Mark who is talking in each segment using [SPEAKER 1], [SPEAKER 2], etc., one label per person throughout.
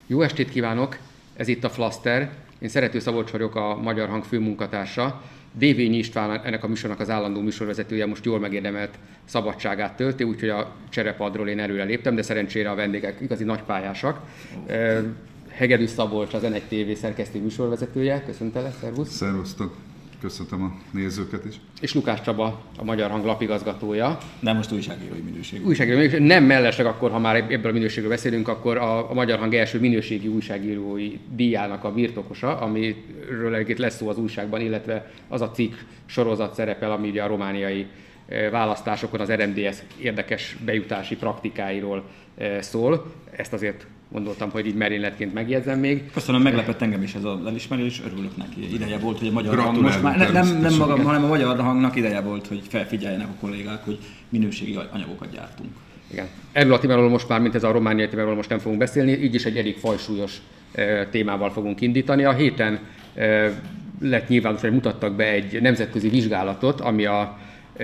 [SPEAKER 1] Jó estét kívánok! Ez itt a Flaszter. Én Szerető Szabolcs vagyok, a Magyar Hang főmunkatársa. Dévényi István, ennek a műsornak az állandó műsorvezetője, most jól megérdemelt szabadságát tölti, úgyhogy a cserepadról én előre léptem, de szerencsére a vendégek igazi nagypályásak. Hegedűs Szabolcs, az N1 TV szerkesztő műsorvezetője. Köszöntelek, szervusz!
[SPEAKER 2] Szervusztok! Köszöntöm a nézőket is.
[SPEAKER 1] És Lukács Csaba, a Magyar Hang lapigazgatója.
[SPEAKER 3] De most újságírói minőségű.
[SPEAKER 1] Újságírói minőségű. Nem mellesleg akkor, ha már ebből a minőségről beszélünk, akkor a Magyar Hang első minőségi újságírói díjának a birtokosa, amiről egyébként lesz szó az újságban, illetve az a cikk sorozat szerepel, ami ugye a romániai választásokon az RMDSZ érdekes bejutási praktikáiról szól. Ezt azért gondoltam, hogy így merényletként megjegyzem még.
[SPEAKER 3] Köszönöm, meglepett engem is ez az elismerés, örülök neki. Ideje volt, hogy a Magyar Hang most már nem magam, hanem a Magyar Hangnak ideje volt, hogy felfigyeljenek a kollégák, hogy minőségi anyagokat gyártunk.
[SPEAKER 1] Igen. Erről a témáról most már, mint ez a romániai témáról most nem fogunk beszélni, így is egy elég fajsúlyos témával fogunk indítani. A héten lett nyilvános, hogy mutattak be egy nemzetközi vizsgálatot, ami a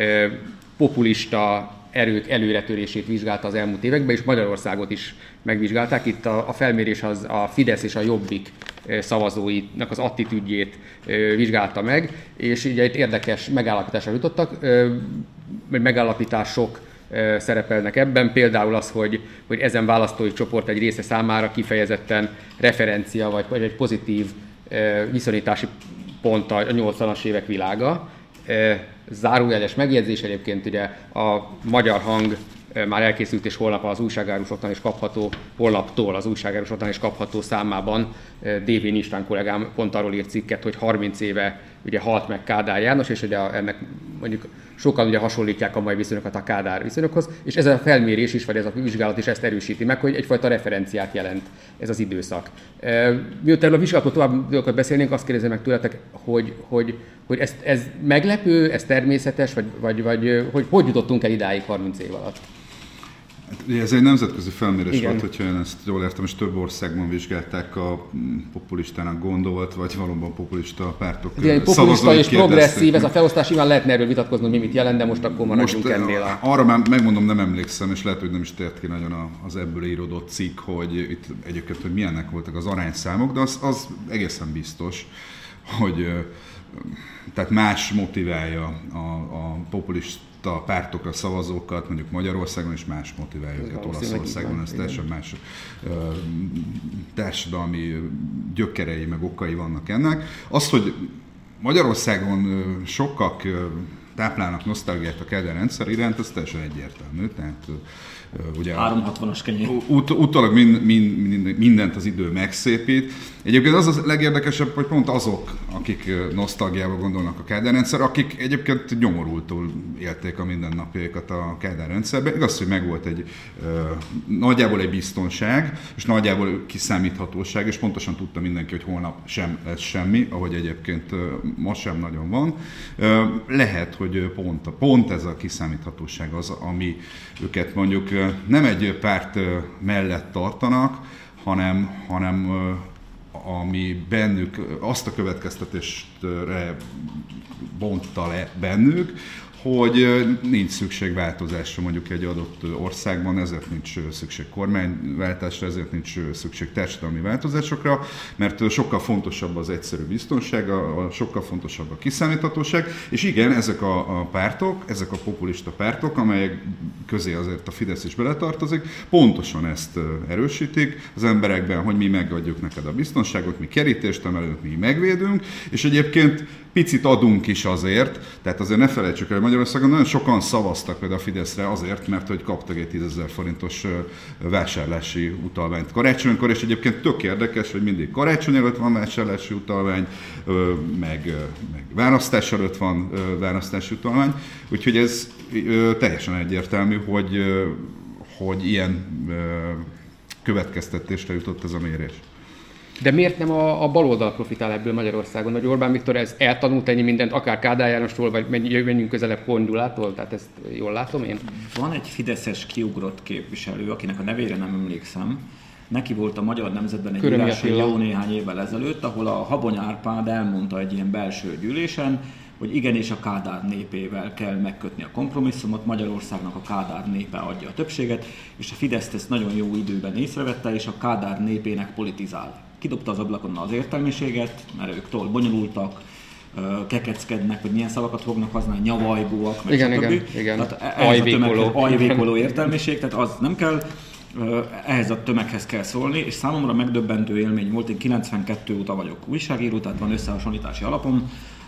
[SPEAKER 1] populista erők előretörését vizsgálta az elmúlt években, és Magyarországot is megvizsgálták. Itt a felmérés az a Fidesz és a Jobbik szavazóinak az attitűdjét vizsgálta meg, és ugye itt érdekes megállapításra jutottak, megállapítások szerepelnek ebben, például az, hogy ezen választói csoport egy része számára kifejezetten referencia vagy egy pozitív viszonyítási pont a 80-as évek világa. Zárójeles megjegyzés egyébként, ugye a Magyar Hang már elkészült, és holnap az újságárusoknál is kapható, holnaptól az újságárusoknál is kapható számában Dévényi István kollégám pont arról írt cikket, hogy 30 éve ugye halt meg Kádár János, és ugye ennek mondjuk sokan ugye hasonlítják a mai viszonyokat a Kádár viszonyokhoz, és ez a felmérés is, vagy ez a vizsgálat is ezt erősíti meg, hogy egyfajta referenciát jelent ez az időszak. Miután erről a vizsgálatról tovább dolgokat beszélnénk, azt kérdezem meg tőletek, hogy ez meglepő, ez természetes, vagy hogy jutottunk el idáig 30 év alatt?
[SPEAKER 2] Ez egy nemzetközi felmérés
[SPEAKER 1] Igen.
[SPEAKER 2] volt, hogyha én ezt jól értem, és több országban vizsgálták a populistának gondolt, vagy valóban populista pártok
[SPEAKER 1] populista és progresszív, ez a felosztás, nyilván lehetne erről vitatkozni, hogy mit jelent, de most akkor maradjunk ennél.
[SPEAKER 2] Arra már megmondom, nem emlékszem, és lehet, hogy nem is tért ki nagyon az ebből íródott cikk, hogy itt egyébként, hogy milyennek voltak az arányszámok, de az egészen biztos, hogy tehát más motiválja a populista pártokra szavazókat, mondjuk Magyarországon, és más motiválja őket Olaszországon, ez teljesen más társadalmi gyökerei, meg okai vannak ennek. Az, hogy Magyarországon sokak táplálnak nosztalgiát a Kádár rendszer iránt, ez teljesen egyértelmű. Tehát, ugye
[SPEAKER 3] 360-as kenyér.
[SPEAKER 2] Utólag mindent az idő megszépít. Egyébként az a legérdekesebb, hogy pont azok, akik nosztalgiával gondolnak a Kádár rendszer, akik egyébként nyomorultul élték a mindennapjaikat a Kádár rendszerben. Igaz, hogy megvolt nagyjából egy biztonság, és nagyjából kiszámíthatóság, és pontosan tudta mindenki, hogy holnap sem lesz semmi, ahogy egyébként ma sem nagyon van. Lehet, hogy pont ez a kiszámíthatóság az, ami őket mondjuk nem egy párt mellett tartanak, hanem ami bennük azt a következtetésre bontta le bennük, hogy nincs szükség változásra mondjuk egy adott országban, ezért nincs szükség kormányváltásra, ezért nincs szükség társadalmi változásokra, mert sokkal fontosabb az egyszerű biztonság, sokkal fontosabb a kiszámíthatóság, és igen, ezek a pártok, ezek a populista pártok, amelyek közé azért a Fidesz is beletartozik, pontosan ezt erősítik az emberekben, hogy mi megadjuk neked a biztonságot, mi kerítést emelünk, mi megvédünk, és egyébként picit adunk is azért, tehát azért ne felejtsük el, hogy Magyarországon nagyon sokan szavaztak például a Fideszre azért, mert hogy kaptak egy 10 000 forintos vásárlási utalványt karácsonykor, és egyébként tök érdekes, hogy mindig karácsony előtt van vásárlási utalvány, meg választás előtt van választási utalvány, úgyhogy ez teljesen egyértelmű, hogy ilyen következtetésre jutott ez a mérés.
[SPEAKER 1] De miért nem a baloldal profitál ebből Magyarországon, hogy Orbán Viktor ez eltanult ennyi mindent, akár Kádár Jánostól, vagy menjünk közelebb Kongyulától, tehát ezt jól látom én?
[SPEAKER 3] Van egy fideszes kiugrott képviselő, akinek a nevére nem emlékszem. Neki volt a Magyar Nemzetben egy írás jó néhány évvel ezelőtt, ahol a Habony Árpád elmondta egy ilyen belső gyűlésen, hogy igenis a Kádár népével kell megkötni a kompromisszumot, Magyarországnak a Kádár népe adja a többséget, és a Fidesz ezt nagyon jó időben észrevette, és a Kádár népének politizál. Kidobta az ablakon az értelmiséget, mert ők túl bonyolultak, kekeckednek, vagy milyen szavakat fognak használni, nyavajgóak, meg
[SPEAKER 1] igen.
[SPEAKER 3] Tehát ajvékoló értelmiség, tehát az nem kell, ehhez a tömeghez kell szólni, és számomra megdöbbentő élmény volt, én 92 óta vagyok újságíró, tehát van összehasonlítási alapom.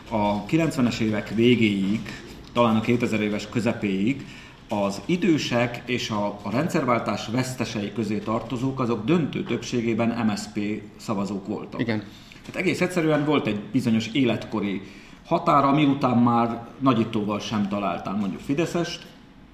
[SPEAKER 3] A 90-es évek végéig, talán a 2000 éves közepéig az idősek és a rendszerváltás vesztesei közé tartozók, azok döntő többségében MSZP szavazók voltak.
[SPEAKER 1] Igen.
[SPEAKER 3] Tehát egész egyszerűen volt egy bizonyos életkori határa, miután már nagyítóval sem találtál mondjuk fideszest,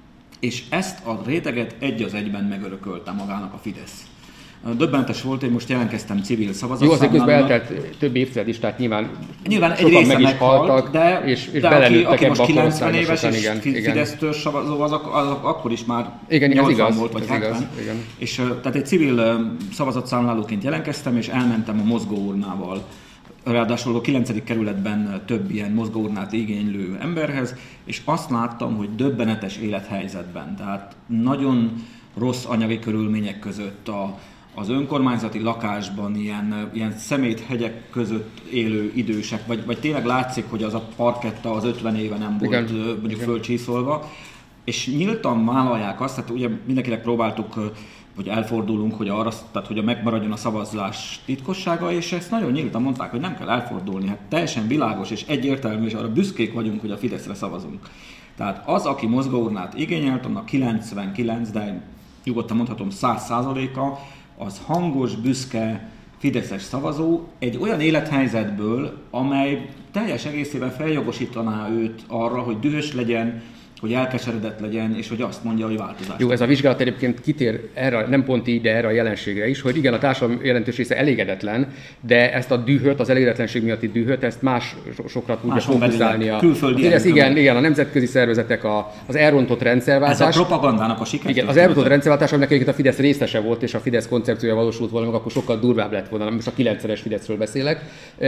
[SPEAKER 3] és ezt a réteget egy az egyben megörökölte magának a Fidesz. Döbbenetes volt, hogy most jelentkeztem civil szavazatszámlálónak.
[SPEAKER 1] Jó, azért közben eltelt több évtized is, tehát nyilván
[SPEAKER 3] egy része
[SPEAKER 1] meg is haltak,
[SPEAKER 3] de
[SPEAKER 1] belelőttek
[SPEAKER 3] aki most 90 éves és
[SPEAKER 1] igen.
[SPEAKER 3] Fidesztől szavazó, az akkor is már
[SPEAKER 1] igen,
[SPEAKER 3] 80
[SPEAKER 1] igaz,
[SPEAKER 3] volt, vagy 70.
[SPEAKER 1] Igen.
[SPEAKER 3] És tehát egy civil szavazatszámlálóként jelentkeztem, és elmentem a mozgóurnával. Ráadásul a 9. kerületben több ilyen mozgóurnát igénylő emberhez, és azt láttam, hogy döbbenetes élethelyzetben, tehát nagyon rossz anyagi körülmények között az önkormányzati lakásban ilyen szeméthegyek között élő idősek, vagy tényleg látszik, hogy az a parketta az 50 éve nem volt mondjuk fölcsiszolva, és nyíltan vállalják azt, tehát ugye mindenkinek próbáltuk, hogy elfordulunk, hogy hogy megmaradjon a szavazás titkossága, és ezt nagyon nyíltan mondták, hogy nem kell elfordulni, hát teljesen világos és egyértelmű, és arra büszkék vagyunk, hogy a Fideszre szavazunk. Tehát az, aki mozgóurnát igényelt, annak 99, de nyugodtan mondhatom 100%-a, az hangos, büszke, fideszes szavazó egy olyan élethelyzetből, amely teljes egészében feljogosítaná őt arra, hogy dühös legyen, hogy elkeseredett legyen, és hogy azt mondja, hogy változás.
[SPEAKER 1] Jó, ez a vizsgálat egyébként kitér erre, nem pont így, de erre a jelenségre is, hogy igen, a társadalom jelentős része elégedetlen, de ezt a dühöt, az elégedetlenség miatti dühöt, ezt sokra tudja fókuszálni. Igen, a nemzetközi szervezetek, az elrontott rendszerváltás.
[SPEAKER 3] Ez a propagandának a siker.
[SPEAKER 1] Igen, az elrontott rendszerváltás, aminek egyébként a Fidesz részese volt, és a Fidesz koncepciója valósult volna, meg akkor sokkal durvább lett volna, most a 9-es Fideszről beszélek.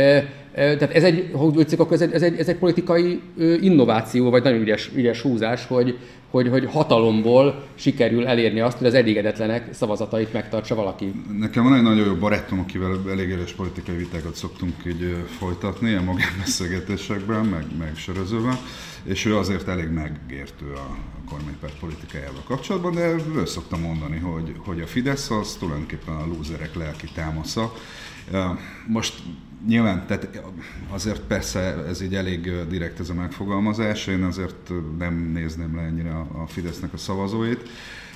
[SPEAKER 1] Tehát ez egy politikai innováció, vagy nagyon ügyes húzás, hogy hatalomból sikerül elérni azt, hogy az elégedetlenek szavazatait megtartsa valaki.
[SPEAKER 2] Nekem van egy nagyon jó barátom, akivel elég éles politikai vitákat szoktunk így folytatni, ilyen magánbeszélgetésekben, meg sörözőben, és ő azért elég megértő a kormánypárt politikájával kapcsolatban, de ő szokta mondani, hogy a Fidesz az tulajdonképpen a lúzerek lelki támasza. Most nyilván, tehát azért persze ez így elég direkt ez a megfogalmazás, én azért nem nézném le ennyire a Fidesznek a szavazóit,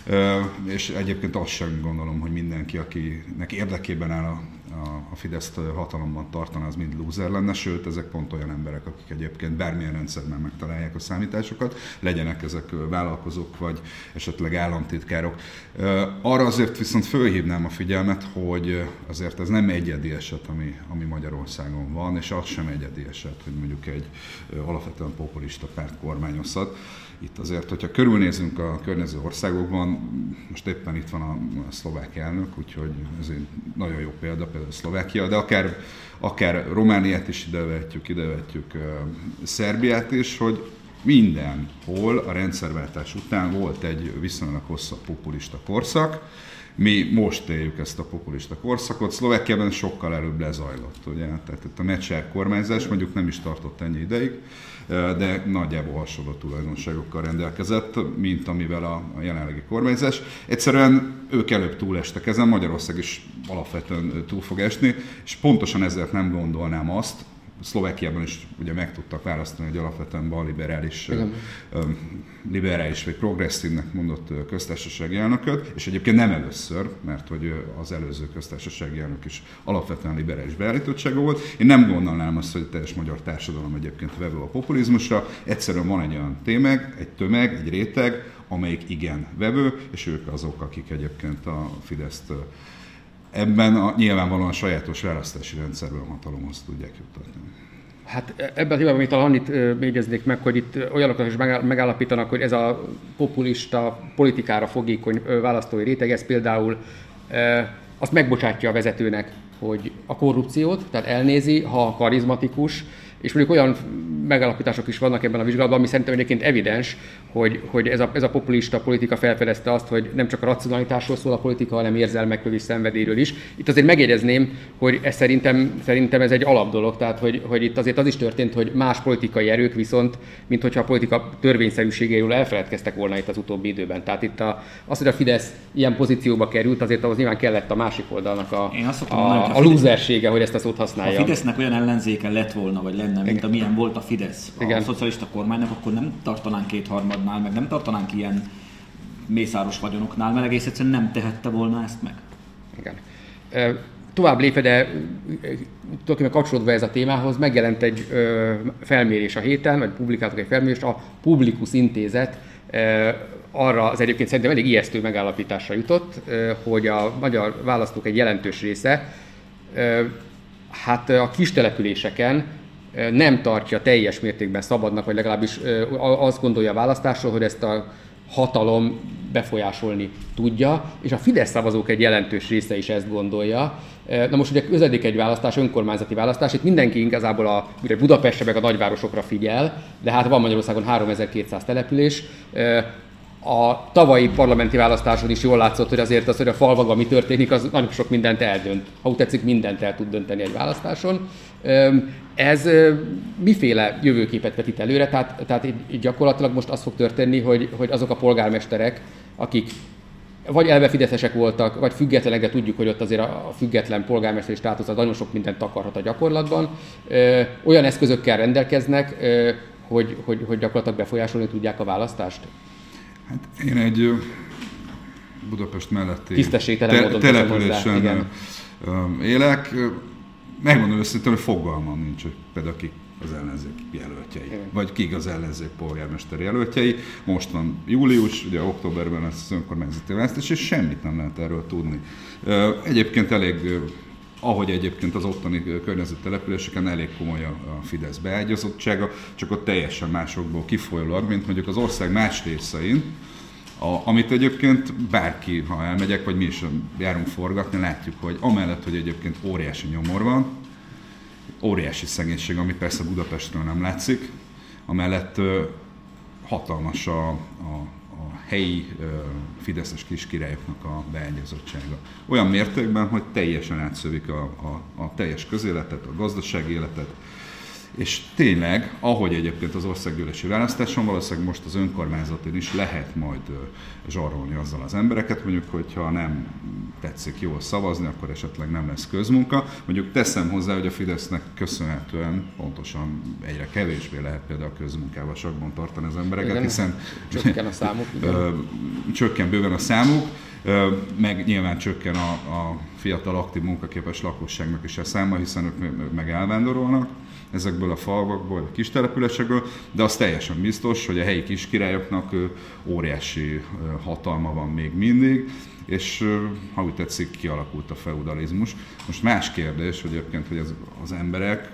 [SPEAKER 2] és egyébként azt sem gondolom, hogy mindenki, akinek érdekében áll a Fideszt hatalomban tartaná, az mind lúzer lenne, sőt, ezek pont olyan emberek, akik egyébként bármilyen rendszerben megtalálják a számításokat, legyenek ezek vállalkozók, vagy esetleg államtitkárok. Arra azért viszont fölhívnám a figyelmet, hogy azért ez nem egyedi eset, ami Magyarországon van, és az sem egyedi eset, hogy mondjuk egy alapvetően populista párt kormányozhat. Itt azért, hogyha körülnézünk a környező országokban, most éppen itt van a szlovák elnök, úgyhogy ez egy nagyon jó példa, például Szlovákia, de akár Romániát is idevehetjük Szerbiát is, hogy mindenhol a rendszerváltás után volt egy viszonylag hosszabb populista korszak. Mi most éljük ezt a populista korszakot, Szlovákiában sokkal előbb lezajlott, ugye? Tehát itt a Mečiar kormányzás mondjuk nem is tartott ennyi ideig, de nagyjából hasonló tulajdonságokkal rendelkezett, mint amivel a jelenlegi kormányzás. Egyszerűen ők előbb túlestek ezen, Magyarország is alapvetően túl fog esni, és pontosan ezért nem gondolnám azt, Szlovákiában is ugye meg tudtak választani egy alapvetően balliberális vagy progresszívnek mondott köztársasági elnököt, és egyébként nem először, mert hogy az előző köztársasági elnök is alapvetően liberális beállítottsága volt. Én nem gondolnám azt, hogy a teljes magyar társadalom egyébként vevő a populizmusra, egyszerűen van egy olyan tömeg, egy réteg, amelyik igen vevő, és ők azok, akik egyébként a Fideszt ebben nyilvánvalóan sajátos választási rendszerben hatalomhoz tudják juttatni.
[SPEAKER 1] Hát ebben a hibában, amit a Hannit jegyeznék meg, hogy itt olyanokat is megállapítanak, hogy ez a populista politikára fogékony választói réteg, ez például azt megbocsátja a vezetőnek, hogy a korrupciót, tehát elnézi, ha karizmatikus, és mondjuk olyan megállapítások is vannak ebben a vizsgálatban, ami szerintem egyébként evidens, hogy ez a populista politika felfedezte azt, hogy nem csak a racionalitásról szól a politika, hanem érzelmekről és szenvedélyről is. Itt azért megjegyezném, hogy ez szerintem ez egy alapdolog, tehát hogy itt azért az is történt, hogy más politikai erők viszont, mint hogyha a politika törvényszerűségéről elfeledkeztek volna itt az utóbbi időben. Tehát itt az, hogy a Fidesz ilyen pozícióba került, azért ahhoz nyilván kellett a másik oldalnak a lúzersége, hogy ezt a szót használja.
[SPEAKER 3] Ha a Fidesznek olyan ellenzéke lett volna, vagy lenne, mint amilyen volt a Fidesz a szocialista kormánynak, akkor nem tartanánk kétharmadnál, meg nem tartanánk ilyen mészáros vagyonoknál, mert egész egyszerűen nem tehette volna ezt meg.
[SPEAKER 1] Igen. Tovább lépve, de tulajdonképpen kapcsolódva ez a témához, megjelent egy felmérés a héten, vagy publikáltak egy felmérést, a Publikus Intézet arra az egyébként szerintem elég ijesztő megállapításra jutott, hogy a magyar választók egy jelentős része hát a kistelepüléseken nem tartja teljes mértékben szabadnak, vagy legalábbis azt gondolja a választásról, hogy ezt a hatalom befolyásolni tudja, és a Fidesz szavazók egy jelentős része is ezt gondolja. Na most ugye közeledik egy választás, önkormányzati választás, itt mindenki igazából a Budapestre meg a nagyvárosokra figyel, de hát van Magyarországon 3200 település. A tavalyi parlamenti választáson is jól látszott, hogy azért az, hogy a falvakban mi történik, az nagyon sok mindent eldönt. Ha úgy tetszik, mindent el tud dönteni egy választáson. Ez miféle jövőképet vetít előre? Tehát így gyakorlatilag most az fog történni, hogy azok a polgármesterek, akik vagy elve fideszesek voltak, vagy függetlenek, de tudjuk, hogy ott azért a független polgármesteri státusz az nagyon sok mindent takarhat a gyakorlatban, olyan eszközökkel rendelkeznek, hogy gyakorlatilag befolyásolni tudják a választást?
[SPEAKER 2] Hát én egy Budapest melletti
[SPEAKER 1] településen
[SPEAKER 2] élek. Megmondom őszintén, hogy fogalmam nincs, hogy például kik az ellenzék jelöltjei, vagy kik az ellenzék polgármester jelöltjei. Most van július, ugye októberben lesz az önkormányzati választás, és semmit nem lehet erről tudni. Egyébként ahogy egyébként az ottani környezeti településeken elég komoly a Fidesz beágyazottsága, csak ott teljesen másokból kifolyólag, mint mondjuk az ország más részein, amit egyébként bárki, ha elmegyek, vagy mi is járunk forgatni, látjuk, hogy amellett, hogy egyébként óriási nyomor van, óriási szegénység, ami persze Budapestről nem látszik, amellett hatalmas a helyi fideszes kiskirályoknak a beágyazottsága. Olyan mértékben, hogy teljesen átszövik a teljes közéletet, a gazdasági életet, és tényleg, ahogy egyébként az országgyűlési választáson, valószínűleg most az önkormányzaton is lehet majd zsarolni azzal az embereket, mondjuk, hogyha nem tetszik jól szavazni, akkor esetleg nem lesz közmunka. Mondjuk teszem hozzá, hogy a Fidesznek köszönhetően pontosan egyre kevésbé lehet például a közmunkával sakban tartani az embereket, hiszen
[SPEAKER 1] csökken a számuk.
[SPEAKER 2] Csökken bőven a számuk, meg nyilván csökken a fiatal, aktív munkaképes lakosságnak is a száma, hiszen ők meg elvándorolnak ezekből a falvakból, a kis településekből, de az teljesen biztos, hogy a helyi kiskirályoknak óriási hatalma van még mindig, és ha úgy tetszik, kialakult a feudalizmus. Most más kérdés, hogy egyébként, hogy az emberek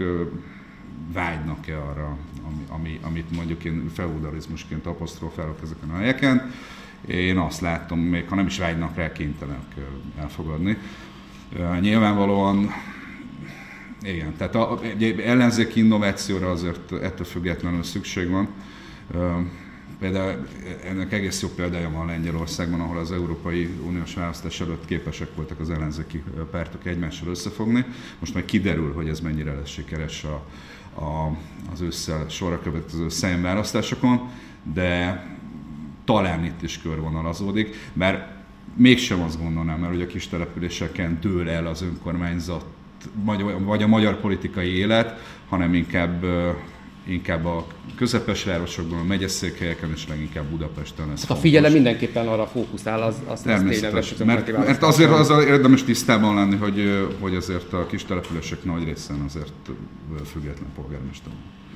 [SPEAKER 2] vágynak-e arra, amit mondjuk én feudalizmusként apostrofálok ezeken a helyeken. Én azt látom, még ha nem is vágynak rá, kénytelenek elfogadni. Nyilvánvalóan igen, tehát egy ellenzéki innovációra azért ettől függetlenül szükség van. Például ennek egész jó példája van Lengyelországban, ahol az Európai Uniós választás előtt képesek voltak az ellenzéki pártok egymással összefogni. Most majd kiderül, hogy ez mennyire lesz sikeres az ősszel sorra következő választásokon, de talán itt is körvonalazódik, bár mégsem azt gondolnám, mert hogy a kis településeken dől el az önkormányzat, vagy a magyar politikai élet, hanem inkább a közepes városokban, a megyeszékhelyeken és leginkább Budapesten lesz.
[SPEAKER 1] Hát a figyelem mindenképpen arra fókuszál, az
[SPEAKER 2] természetes, mert azért azzal érdemes tisztában lenni, hogy azért a kis települések nagy részen azért független polgármester.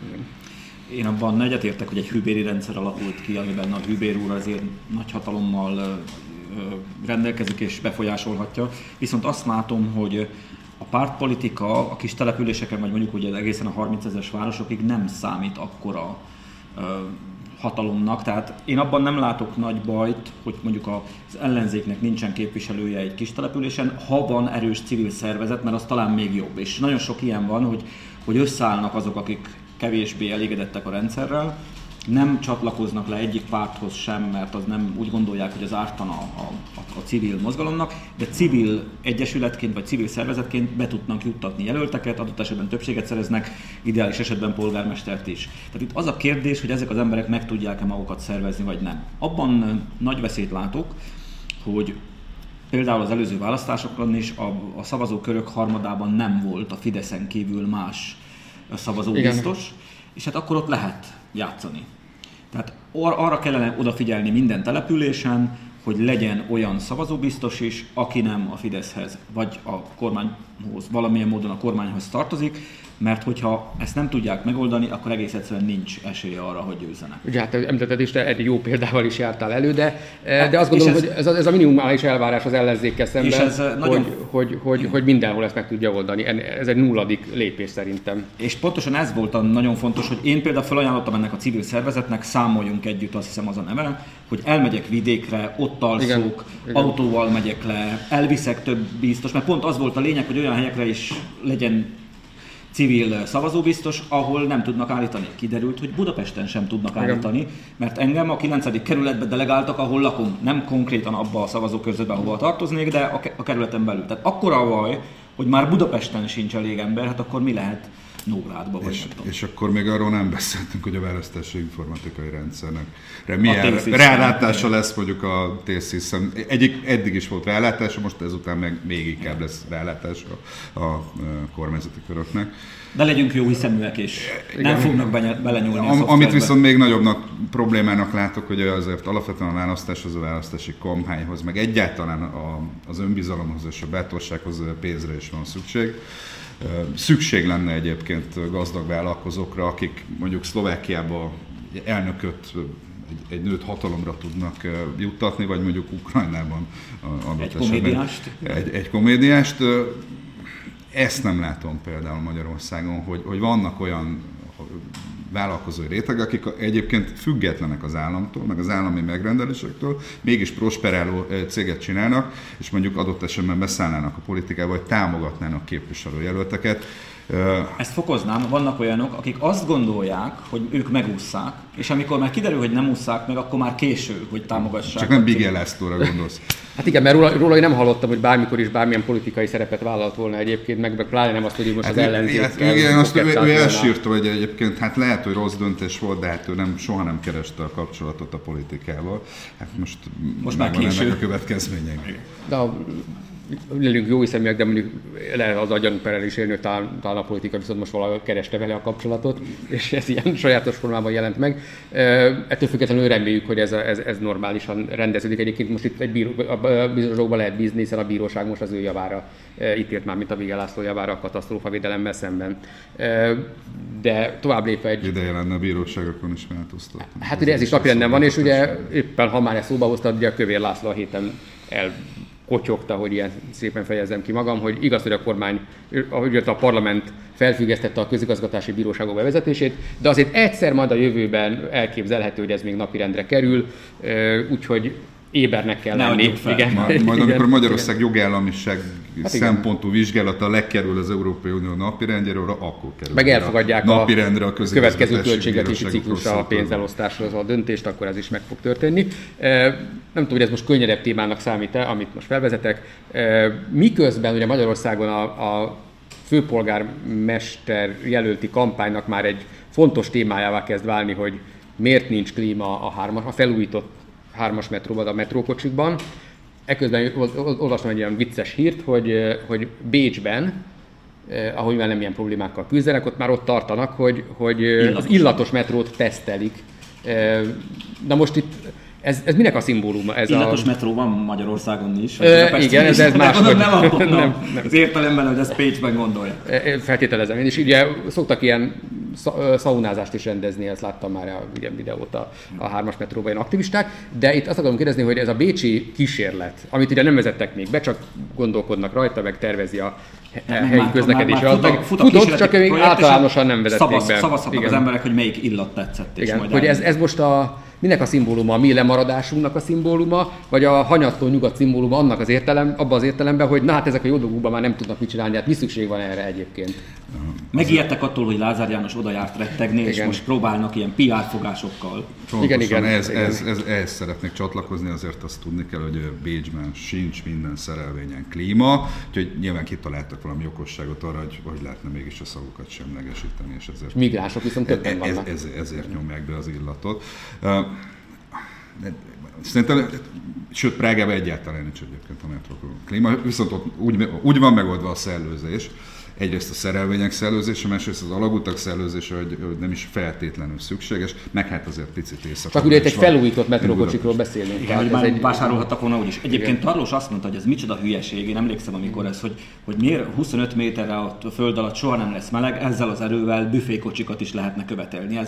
[SPEAKER 3] Én abban egyetértek, hogy egy hűbéri rendszer alakult ki, amiben a hűbér úr azért nagy hatalommal rendelkezik és befolyásolhatja. Viszont azt látom, hogy a pártpolitika a kis településeken, vagy mondjuk ugye egészen a 30 000-es városokig nem számít akkora hatalomnak. Tehát én abban nem látok nagy bajt, hogy mondjuk az ellenzéknek nincsen képviselője egy kis településen, ha van erős civil szervezet, mert az talán még jobb. És nagyon sok ilyen van, hogy összeállnak azok, akik kevésbé elégedettek a rendszerrel, nem csatlakoznak le egyik párthoz sem, mert az nem úgy gondolják, hogy az ártana a civil mozgalomnak, de civil egyesületként vagy civil szervezetként be tudnak juttatni jelölteket, adott esetben többséget szereznek, ideális esetben polgármestert is. Tehát itt az a kérdés, hogy ezek az emberek meg tudják-e magukat szervezni, vagy nem. Abban nagy veszélyt látok, hogy például az előző választásokon is a szavazókörök harmadában nem volt a Fideszen kívül más szavazóbiztos, és hát akkor ott lehet játszani. Tehát arra kellene odafigyelni minden településen, hogy legyen olyan szavazóbiztos is, aki nem a Fideszhez, vagy a kormányhoz, valamilyen módon a kormányhoz tartozik, mert hogyha ezt nem tudják megoldani, akkor egész egyszerűen nincs esélye arra, hogy győzzenek.
[SPEAKER 1] Ugye hát említetted is, te egy jó példával is jártál elő, de azt gondolom, hogy ez a minimális elvárás az ellenzékkel szemben, hogy mindenhol ezt meg tudja oldani. Ez egy nulladik lépés szerintem.
[SPEAKER 3] És pontosan ez volt nagyon fontos, hogy én például felajánlottam ennek a civil szervezetnek, Számoljunk Együtt, azt hiszem az a neve, hogy elmegyek vidékre, ott alszok, autóval megyek le, elviszek több biztos, mert pont az volt a lényeg, hogy olyan helyekre is legyen civil szavazóbiztos, ahol nem tudnak állítani. Kiderült, hogy Budapesten sem tudnak állítani, mert engem a 9. kerületbe delegáltak, ahol lakom. Nem konkrétan abba a szavazókörzetben, ahova tartoznék, de a kerületen belül. Tehát akkora a baj, hogy már Budapesten sincs elég ember, hát akkor mi lehet Nógrádba vagy
[SPEAKER 2] és akkor még arról nem beszéltünk, hogy a választási informatikai rendszernek milyen rálátása lesz mondjuk a TSZ-en. Eddig is volt rálátása, most ezután meg még inkább lesz rálátása a kormányzati köröknek.
[SPEAKER 3] De legyünk jó hiszeműek, és nem fognak belenyúlni a szoftverbe.
[SPEAKER 2] Amit viszont még nagyobbnak problémának látok, hogy azért alapvetően a választáshoz, a választási kampányhoz, meg egyáltalán az önbizalomhoz és a bátorsághoz pénzre is van szükség. Szükség lenne egyébként gazdag vállalkozókra, akik mondjuk Szlovákiába elnököt, egy nőt hatalomra tudnak juttatni, vagy mondjuk Ukrajnában egy komédiást. Ezt nem látom például Magyarországon, hogy vannak olyan vállalkozói rétegek, akik egyébként függetlenek az államtól, meg az állami megrendelésektől, mégis prosperáló céget csinálnak, és mondjuk adott esetben beszállnának a politikába, vagy támogatnának képviselőjelölteket.
[SPEAKER 3] Ezt fokoznám, vannak olyanok, akik azt gondolják, hogy ők megússzák, és amikor már kiderül, hogy nem ússzák meg, akkor már késő, hogy támogassák.
[SPEAKER 2] Csak nem Bigel Lászlóra gondolsz.
[SPEAKER 1] Hát igen, mert róla én nem hallottam, hogy bármikor is bármilyen politikai szerepet vállalt volna egyébként, meg pláne nem azt, hogy most az ellenzék.
[SPEAKER 2] Igen, azt ő elsírta, hogy egyébként hát lehet, hogy rossz döntés volt, de hát ő soha nem kereste a kapcsolatot a politikával. Hát most
[SPEAKER 3] már késő.
[SPEAKER 2] A következmények.
[SPEAKER 1] De legyünk jó hiszeműek, de mondjuk lehet az agyanperrel is élni, hogy talán a politika viszont most valahol kereste vele a kapcsolatot, és ez ilyen sajátos formában jelent meg. Ettől függetlenül reméljük, hogy ez normálisan rendeződik. Egyébként most itt a bíróságban lehet bízni, hiszen a bíróság most az ő javára ítélt már, mint a Bigel László javára a katasztrófavédelemmel szemben. De tovább lépve egy...
[SPEAKER 2] Ideje lenne a bíróságokon is változtatni.
[SPEAKER 1] Hát ugye ez is napirenden van, és ugye éppen ha már ezt szóba hoztad, ugye a Kövér László a héten kotyogta, hogy ilyen szépen fejezzem ki magam, hogy igaz, hogy a kormány, ahogy a parlament felfüggesztette a közigazgatási bíróságok bevezetését, de azért egyszer majd a jövőben elképzelhető, hogy ez még napirendre kerül, úgyhogy ébernek kell lenni.
[SPEAKER 2] Majd amikor Magyarország jogállamiság szempontú vizsgálata lekerül az Európai Unió napirendjére, akkor kerül
[SPEAKER 1] meg elfogadják
[SPEAKER 2] napirendre a
[SPEAKER 1] következő költségvetési ciklusra a pénzelosztásról a döntést, akkor ez is meg fog történni. Nem tudom, hogy ez most könnyedebb témának számít-e, amit most felvezetek. Miközben ugye Magyarországon a főpolgármester jelölti kampánynak már egy fontos témájává kezd válni, hogy miért nincs klíma a felújított 3-as metróban, a metrókocsikban. Ekközben olvastam egy ilyen vicces hírt, hogy Bécsben, ahol mivel nem ilyen problémákkal küzdenek, ott tartanak, hogy az illatos metrót tesztelik. Na most itt ez minek a szimbóluma?
[SPEAKER 3] Illatos metró van Magyarországon is.
[SPEAKER 1] Igen, ez más.
[SPEAKER 3] Nem. Az értelemben, hogy ezt Pécsben gondolja.
[SPEAKER 1] Feltételezem én is. Ugye szoktak ilyen szaunázást is rendezni, ezt láttam már a videót a 3-as metróban ilyen aktivisták, de itt azt akarom kérdezni, hogy ez a bécsi kísérlet, amit ugye nem vezettek még be, csak gondolkodnak rajta, meg tervezi a helyi közlekedésre. Futott, csak még általánosan nem vezették be.
[SPEAKER 3] Szavazhatnak az emberek, hogy melyik illat tetszett.
[SPEAKER 1] Igen, hogy ez most minek a szimbóluma, a mi lemaradásunknak a szimbóluma, vagy a hanyatló nyugat szimbóluma annak abban az értelemben, hogy na hát ezek a jó dolgokban már nem tudnak mit csinálni, hát mi szükség van erre egyébként.
[SPEAKER 3] Megijedtek attól, hogy Lázár János oda járt rettegni, és most próbálnak ilyen PR fogásokkal.
[SPEAKER 2] Igen. Ehhez szeretnék csatlakozni, azért azt tudni kell, hogy Bécsben sincs minden szerelvényen klíma, úgyhogy nyilván kitaláltak valami okosságot arra, hogy lehetne mégis a szavukat semlegesíteni, és ezért...
[SPEAKER 1] Migránsok viszont többen vannak.
[SPEAKER 2] Ezért nyomják be az illatot. Szerintem, sőt, Prágában egyáltalán nincs egyébként a metró klíma, viszont ott úgy van megoldva a szellőzés, egyrészt a szerelvények szellőzése, másrészt az alagutak szellőzése, hogy nem is feltétlenül szükséges, meg hát azért picit éjszakon.
[SPEAKER 1] Csak ugye egy felújított metrókocsikról beszélünk.
[SPEAKER 3] Igen, hogy már vásárolhattak volna úgyis. Egyébként Tarlós azt mondta, hogy ez micsoda hülyeség, én emlékszem, amikor ez, hogy miért 25 méterre a föld alatt soha nem lesz meleg, ezzel az erővel büfékocsikat is lehetne követelni.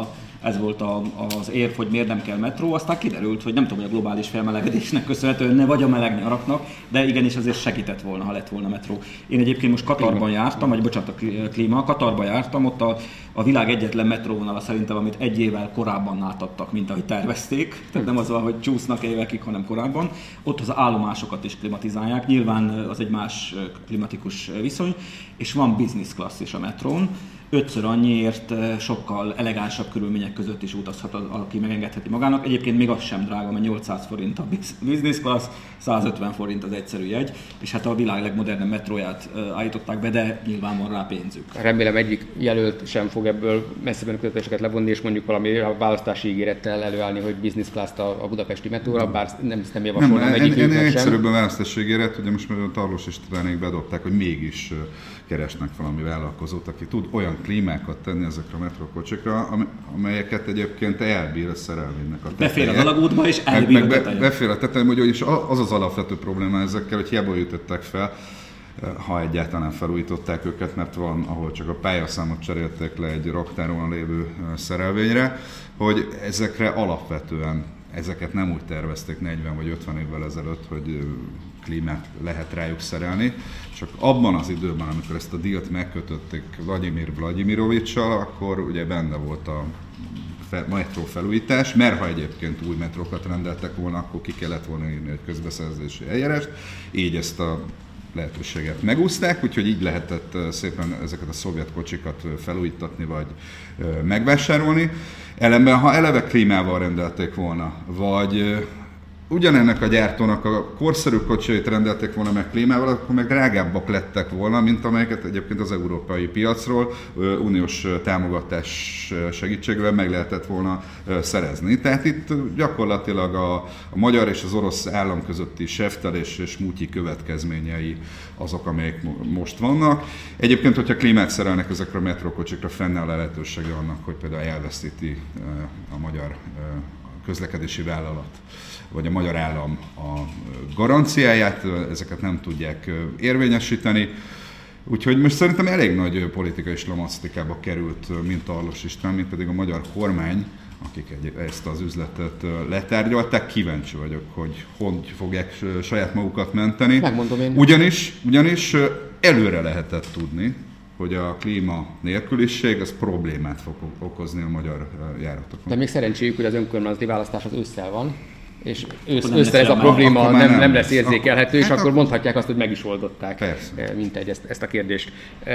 [SPEAKER 3] Ez volt az érv, hogy miért nem kell metró, aztán kiderült, hogy nem tudom, hogy a globális felmelegedésnek köszönhetően ne vagy a meleg nyaraknak, de igenis azért segített volna, ha lett volna metró. Én egyébként most Katarban jártam, vagy bocsánat, Katarba jártam, ott a világ egyetlen metróvonala szerintem, amit egy évvel korábban átadtak, mint ahogy tervezték. Tehát nem az van, hogy csúsznak évekig, hanem korábban. Ott az állomásokat is klimatizálják, nyilván az egy más klimatikus viszony, és van business class is a metrón. 5-ször annyiért sokkal elegánsabb körülmények között is utazhat, aki megengedheti magának. Egyébként még az sem drága, mert 800 forint a business class, 150 forint az egyszerű jegy, és hát a világ legmodernebb metróját állították be, de nyilván van rá pénzük.
[SPEAKER 1] Remélem egyik jelölt sem fog ebből messzebben következtetéseket levonni, és mondjuk valami választási ígérettel előállni, hogy business class-t a budapesti metróra, bár nem javasolnám egyiküknek sem.
[SPEAKER 2] Egyszerűbben választási ígéret, ugye most már Tarlós Istvánék bedobták, hogy mégis keresnek valami vállalkozót, aki tud olyan klímákat tenni ezekre a metrókocsikra, amelyeket egyébként elbír a szerelvénynek a teteje.
[SPEAKER 3] Befér a dalagútba és elbír a teteje.
[SPEAKER 2] Befér a teteje, hogy az alapvető probléma ezekkel, hogy hiába ütöttek fel, ha egyáltalán felújították őket, mert van, ahol csak a pályaszámot cserélték le egy raktáron lévő szerelvényre, hogy ezekre alapvetően ezeket nem úgy tervezték 40 vagy 50 évvel ezelőtt, hogy klímát lehet rájuk szerelni, csak abban az időben, amikor ezt a díjat megkötötték Vladimir Vladimirovics-sal, akkor ugye benne volt a metró felújítás, mert ha egyébként új metrókat rendeltek volna, akkor ki kellett volna írni egy közbeszerzési eljárást, így ezt a lehetőséget megúszták, úgyhogy így lehetett szépen ezeket a szovjet kocsikat felújítatni vagy megvásárolni. Ellenben, ha eleve klímával rendelték volna, vagy ugyanennek a gyártónak a korszerű kocsijait rendelték volna meg klímával, akkor meg drágábbak lettek volna, mint amelyeket egyébként az európai piacról uniós támogatás segítségével meg lehetett volna szerezni. Tehát itt gyakorlatilag a magyar és az orosz állam közötti seftelés és mútyi következményei azok, amelyek most vannak. Egyébként, hogyha klímát szerelnek ezekre a metrókocsikra, fennáll a lehetősége annak, hogy például elveszíti a magyar közlekedési vállalat vagy a magyar állam a garanciáját, ezeket nem tudják érvényesíteni. Úgyhogy most szerintem elég nagy politikai slamasztikába került mind Tarlós István, mint pedig a magyar kormány, akik ezt az üzletet letárgyalták. Kíváncsi vagyok, hogy fogják saját magukat menteni.
[SPEAKER 1] Megmondom én.
[SPEAKER 2] Ugyanis előre lehetett tudni, hogy a klíma nélküliség az problémát fog okozni a magyar járatokon.
[SPEAKER 1] De még szerencséjük, hogy az önkormányzati választás az ősszel van, és ősszel ez a probléma nem lesz érzékelhető, és akkor mondhatják azt, hogy meg is oldották mintegy ezt a kérdést.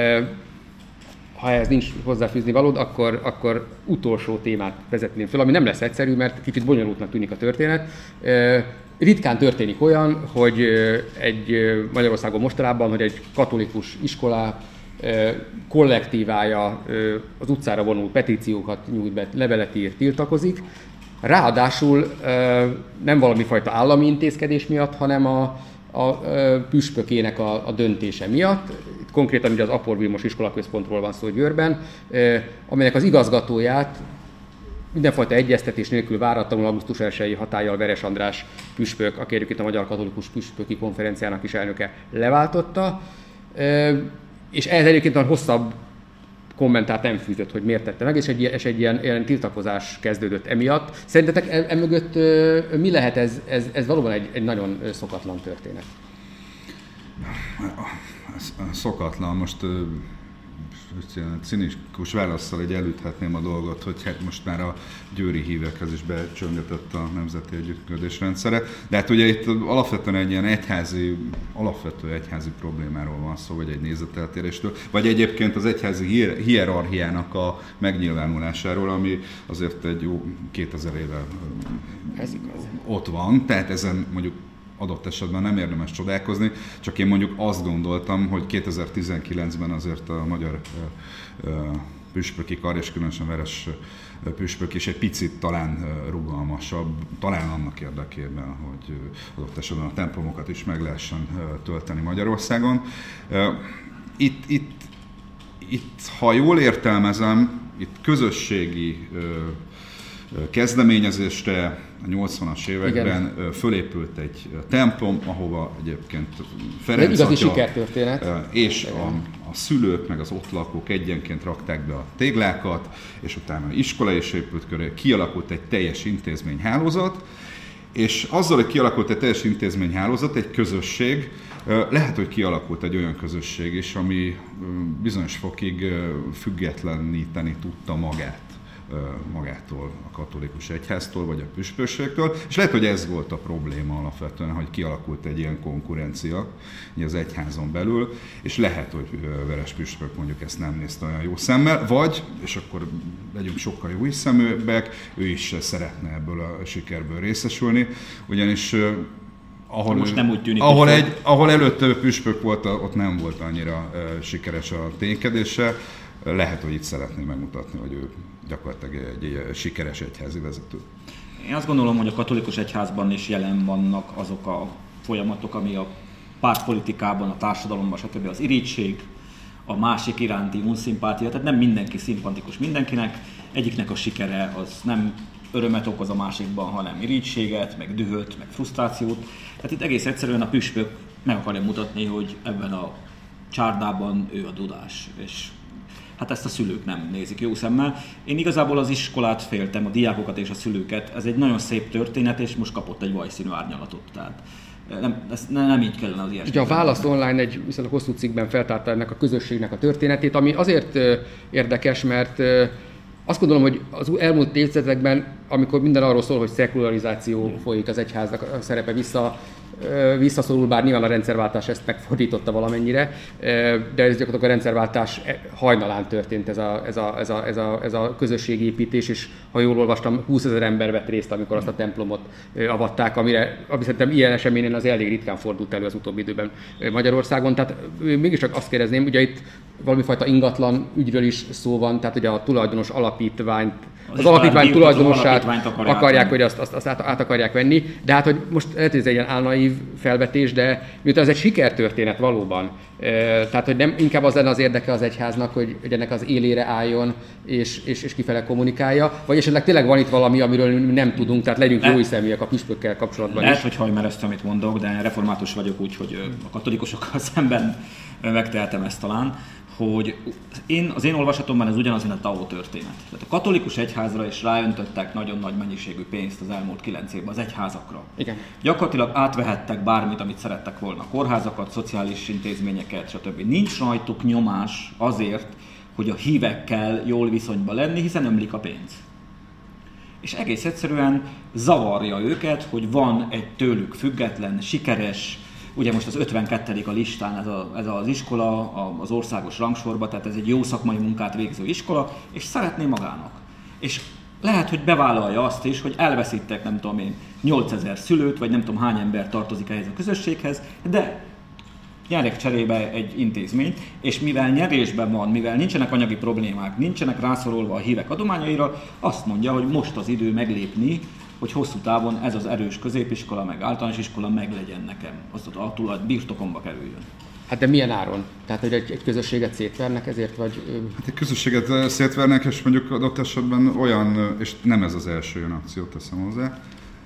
[SPEAKER 1] Ha ehhez nincs hozzáfűzni valód, akkor utolsó témát vezetném föl, ami nem lesz egyszerű, mert kicsit bonyolultnak tűnik a történet. Ritkán történik olyan, hogy egy Magyarországon mostanában, hogy egy katolikus iskola kollektívája az utcára vonul, petíciókat nyújt be, levelet ír, tiltakozik. Ráadásul nem valami fajta állami intézkedés miatt, hanem a püspökének a döntése miatt. Itt konkrétan ugye az Apor Vilmos iskolaközpontról van szó Győrben, amelynek az igazgatóját mindenfajta egyeztetés nélkül váratlanul augusztus 1-i hatállyal Veres András püspök, aki egyébként a Magyar Katolikus Püspöki Konferenciának is elnöke, leváltotta. És ehhez egyébként a hosszabb kommentárt nem fűzött, hogy miért tette meg, és egy ilyen tiltakozás kezdődött emiatt. Szerintetek emögött mi lehet ez valóban egy nagyon szokatlan történet?
[SPEAKER 2] szokatlan. Most cinikus válasszal egy elüthetném a dolgot, hogy hát most már a győri hívekhez is becsöngetett a Nemzeti Együttműködés rendszere. De hát ugye itt alapvetően egy ilyen alapvető egyházi problémáról van szó, vagy egy nézeteltérésről, vagy egyébként az egyházi hierarchiának a megnyilvánulásáról, ami azért egy jó 2000 éve ott van, tehát ezen mondjuk adott esetben nem érdemes csodálkozni, csak én mondjuk azt gondoltam, hogy 2019-ben azért a magyar püspöki kar, és különösen Veres püspök is egy picit talán rugalmasabb, talán annak érdekében, hogy adott esetben a templomokat is meg lehessen tölteni Magyarországon. Itt, ha jól értelmezem, itt közösségi kezdeményezésre a 80-as években igen, fölépült egy templom, ahova egyébként Ferenc atya és a szülők, meg az ott lakók egyenként rakták be a téglákat, és utána iskola is épült köré, kialakult egy teljes intézményhálózat, és azzal, hogy kialakult egy teljes intézményhálózat, egy közösség, lehet, hogy kialakult egy olyan közösség is, ami bizonyos fokig függetleníteni tudta magától, a katolikus egyháztól, vagy a püspökségtől, és lehet, hogy ez volt a probléma alapvetően, hogy kialakult egy ilyen konkurencia az egyházon belül, és lehet, hogy Veres püspök mondjuk ezt nem nézte olyan jó szemmel, vagy, és akkor legyünk sokkal jó hiszeműbbek, ő is szeretne ebből a sikerből részesülni, ugyanis
[SPEAKER 3] most nem úgy tűnik,
[SPEAKER 2] ahol előtte püspök volt, ott nem volt annyira sikeres a ténykedése. Lehet, hogy itt szeretné megmutatni, hogy ő gyakorlatilag egy sikeres egyházi vezető.
[SPEAKER 3] Én azt gondolom, hogy a katolikus egyházban is jelen vannak azok a folyamatok, ami a pártpolitikában, a társadalomban, stb. Az irigység, a másik iránti unszimpátia, tehát nem mindenki szimpatikus mindenkinek, egyiknek a sikere az nem örömet okoz a másikban, hanem irigységet, meg dühöt, meg frusztrációt. Tehát itt egész egyszerűen a püspök meg akarja mutatni, hogy ebben a csárdában ő a dudás, és hát ezt a szülők nem nézik jó szemmel. Én igazából az iskolát féltem, a diákokat és a szülőket. Ez egy nagyon szép történet, és most kapott egy vajszínű árnyalatot. Tehát nem így kellene az ilyesmit.
[SPEAKER 1] Ugye a Válasz Online egy viszonylag hosszú cikkben feltárta ennek a közösségnek a történetét, ami azért érdekes, mert azt gondolom, hogy az elmúlt évtizedekben, amikor minden arról szól, hogy szekularizáció folyik, az egyháznak a szerepe visszaszorul, bár nyilván a rendszerváltás ezt megfordította valamennyire, de ez gyakorlatilag a rendszerváltás hajnalán történt ez a közösségépítés, és ha jól olvastam, 20 000 ember vett részt, amikor azt a templomot avatták, ami szerintem ilyen eseményen az elég ritkán fordult elő az utóbbi időben Magyarországon. Tehát mégiscsak azt kérdezném, ugye itt valamifajta ingatlan ügyről is szó van, tehát ugye a tulajdonos alapítványt, az alapítvány tulajdonosát akarják, hogy azt át akarják venni, de hát, hogy most lehet, hogy ez egy ilyen álnaív felvetés, de miután ez egy sikertörténet valóban, tehát, hogy nem inkább az lenne az érdeke az egyháznak, hogy ennek az élére álljon, és kifele kommunikálja, vagy esetleg tényleg van itt valami, amiről nem tudunk, tehát legyünk jó hiszeműek a püspökkel kapcsolatban
[SPEAKER 3] is. Lehet, hogy hajmereszt, amit mondok, de református vagyok úgy, hogy a katolikusokkal szemben megtehetem ezt talán, hogy az én olvasatomban ez ugyanaz, mint a Tao történet. Tehát a katolikus egyházra is ráöntöttek nagyon nagy mennyiségű pénzt az elmúlt 9 évben, az egyházakra.
[SPEAKER 1] Igen.
[SPEAKER 3] Gyakorlatilag átvehettek bármit, amit szerettek volna, kórházakat, szociális intézményeket, stb. Nincs rajtuk nyomás azért, hogy a hívekkel jól viszonyban lenni, hiszen ömlik a pénz. És egész egyszerűen zavarja őket, hogy van egy tőlük független, sikeres, ugye most az 52. a listán ez az iskola az országos rangsorba, tehát ez egy jó szakmai munkát végző iskola, és szeretné magának. És lehet, hogy bevállalja azt is, hogy elveszítek, nem tudom én, 8000 szülőt, vagy nem tudom hány ember tartozik ehhez a közösséghez, de nyerek cserébe egy intézményt, és mivel nyerésben van, mivel nincsenek anyagi problémák, nincsenek rászorulva a hívek adományaira, azt mondja, hogy most az idő meglépni, hogy hosszú távon ez az erős középiskola, meg általános iskola meglegyen nekem, az a tulajdon birtokomba kerüljön.
[SPEAKER 1] Hát de milyen áron? Tehát, hogy egy közösséget szétvernek ezért, vagy... Hát
[SPEAKER 2] egy közösséget szétvernek, és mondjuk adott esetben olyan, és nem ez az első olyan akciót teszem hozzá,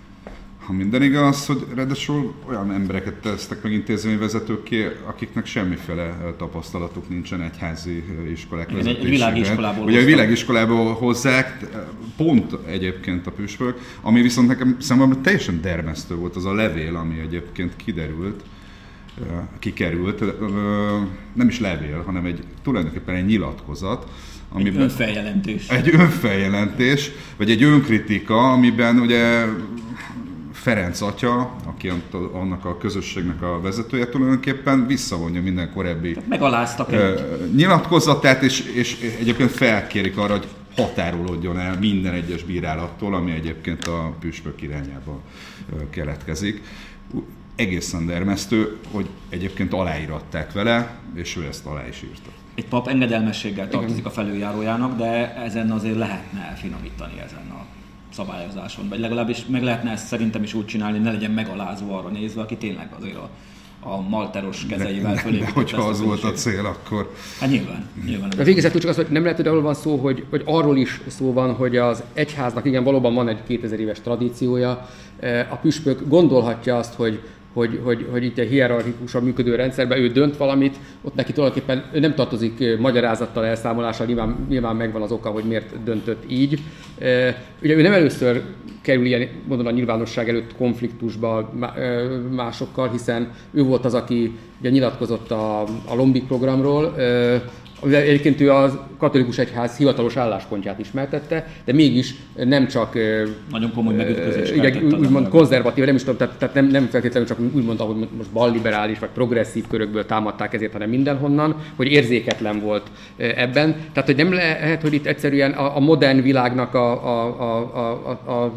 [SPEAKER 2] ha minden igaz, hogy ráadásul olyan embereket tesznek meg intézményvezetőkké, akiknek semmiféle tapasztalatuk nincsen egyházi iskolák vezetésében. Ugye a világiskolából hozzák, pont egyébként a püspök, ami viszont nekem számomra teljesen dermesztő volt az a levél, ami egyébként kiderült, kikerült, nem is levél, hanem tulajdonképpen egy nyilatkozat,
[SPEAKER 3] amiben egy önfeljelentés.
[SPEAKER 2] Egy önfeljelentés, vagy egy önkritika, amiben ugye Ferenc atya, aki annak a közösségnek a vezetője, tulajdonképpen visszavonja minden korábbi nyilatkozatát, és egyébként felkérik arra, hogy határolódjon el minden egyes bírálattól, ami egyébként a püspök irányába keletkezik. Egészen dermesztő, hogy egyébként aláíratták vele, és ő ezt alá is írta.
[SPEAKER 3] Egy pap engedelmességgel tartozik a felüljárójának, de ezen azért lehetne elfinomítani ezen a szabályozáson. Vagy legalábbis meg lehetne ezt szerintem is úgy csinálni, hogy ne legyen megalázó arra nézve, aki tényleg azért a malteros kezeivel fölépített.
[SPEAKER 2] De hogyha az volt a cél, akkor...
[SPEAKER 3] Hát nyilván.
[SPEAKER 1] A végezetül csak az, hogy nem lehet, hogy arról van szó, hogy arról is szó van, hogy az egyháznak igen, valóban van egy 2000 éves tradíciója. A püspök gondolhatja azt, hogy itt egy hierarchikusan működő rendszerben ő dönt valamit, ott neki tulajdonképpen ő nem tartozik magyarázattal, elszámolással, nyilván megvan az oka, hogy miért döntött így. Ugye ő nem először kerül ilyen, mondom, a nyilvánosság előtt konfliktusba másokkal, hiszen ő volt az, aki ugye nyilatkozott a Lombik programról. Egyébként ő a katolikus egyház hivatalos álláspontját ismertette, de mégis nem csak...
[SPEAKER 3] Nagyon komoly megütközés.
[SPEAKER 1] Úgymond konzervatív, nem is tudom, tehát nem feltétlenül csak úgymond, ahogy most balliberális vagy progresszív körökből támadták ezért, hanem mindenhonnan, hogy érzéketlen volt ebben. Tehát, hogy nem lehet, hogy itt egyszerűen a modern világnak a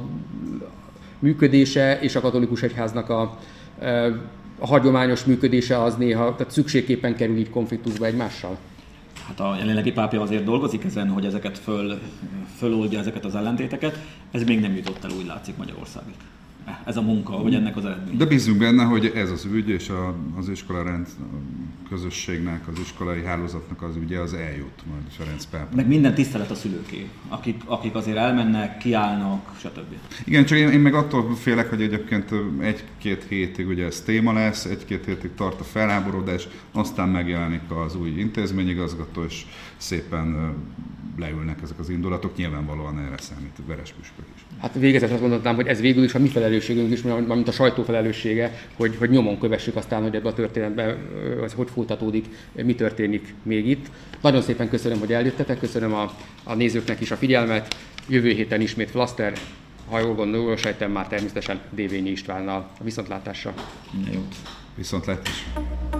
[SPEAKER 1] működése és a katolikus egyháznak a hagyományos működése az néha, tehát szükségképpen kerül így konfliktusba egymással.
[SPEAKER 3] Hát a jelenlegi pápja azért dolgozik ezen, hogy ezeket föloldja ezeket az ellentéteket. Ez még nem jutott el, úgy látszik, Magyarországig. Ez a munka, vagy ennek az eredmény.
[SPEAKER 2] De bízunk benne, hogy ez az ügy, és az iskolarend közösségnek, az iskolai hálózatnak az ügye, az eljut majd Ferenc pápa.
[SPEAKER 3] Meg minden tisztelet a szülőké, akik azért elmennek, kiállnak, stb.
[SPEAKER 2] Igen, csak én meg attól félek, hogy egyébként 1-2 hétig ugye ez téma lesz, 1-2 hétig tart a felháborodás, aztán megjelenik az új intézményigazgató, és szépen leülnek ezek az indulatok, nyilvánvalóan erre számít a veres püspök is.
[SPEAKER 1] Hát végezetül azt mondhatnám, hogy ez végül is a mi felelősségünk is, mint a sajtó felelőssége, hogy nyomon kövessük aztán, hogy ebben a történetben hogy folytatódik, mi történik még itt. Nagyon szépen köszönöm, hogy eljöttetek, köszönöm a nézőknek is a figyelmet. Jövő héten ismét Flaszter, ha jól gondolom, jól sejtem, már természetesen Dévényi Istvánnal. A viszontlátásra.
[SPEAKER 3] Jót.
[SPEAKER 2] Viszontlátásra.